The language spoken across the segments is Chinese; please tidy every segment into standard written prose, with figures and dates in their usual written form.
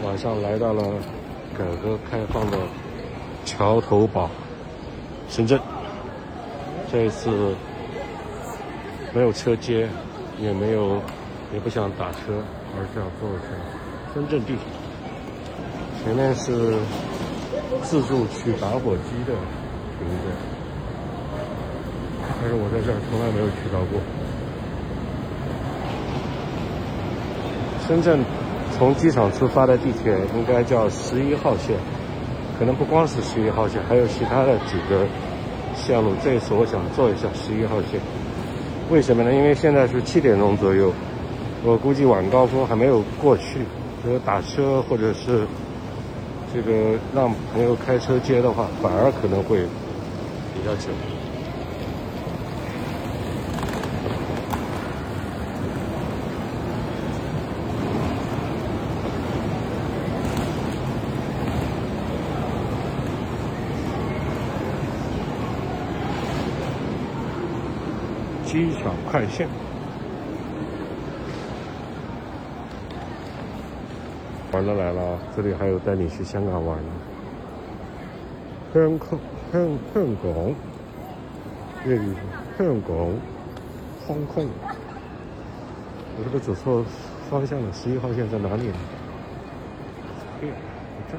晚上来到了改革开放的桥头堡深圳。这一次没有车接，也不想打车，而是要坐深圳地铁。前面是自助取打火机的停车，但是我在这儿从来没有取到过。深圳从机场出发的地铁应该叫11号线，可能不光是11号线，还有其他的几个线路。这一次我想坐一下11号线，为什么呢？因为现在是7点钟左右，我估计晚高峰还没有过去，所以打车或者是这个让朋友开车接的话，反而可能会比较久。机场快线，玩的来了，这里还有带你去香港玩的。香港，粤语香港，香港。我是不是走错方向了？11号线在哪里呢？这儿。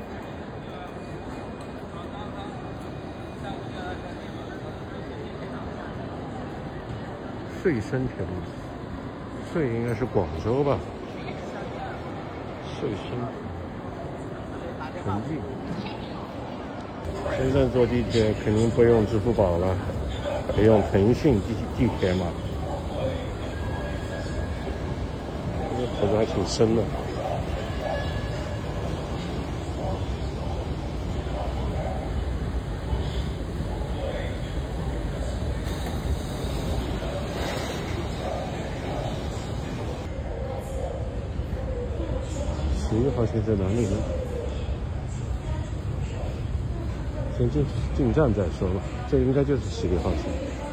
穗深铁路，穗应该是广州吧？穗深，很近。深圳坐地铁肯定不用支付宝了，得用腾讯地铁码。这个口子还挺深的。11号线在哪里呢？先进站再说吧。这应该就是11号线。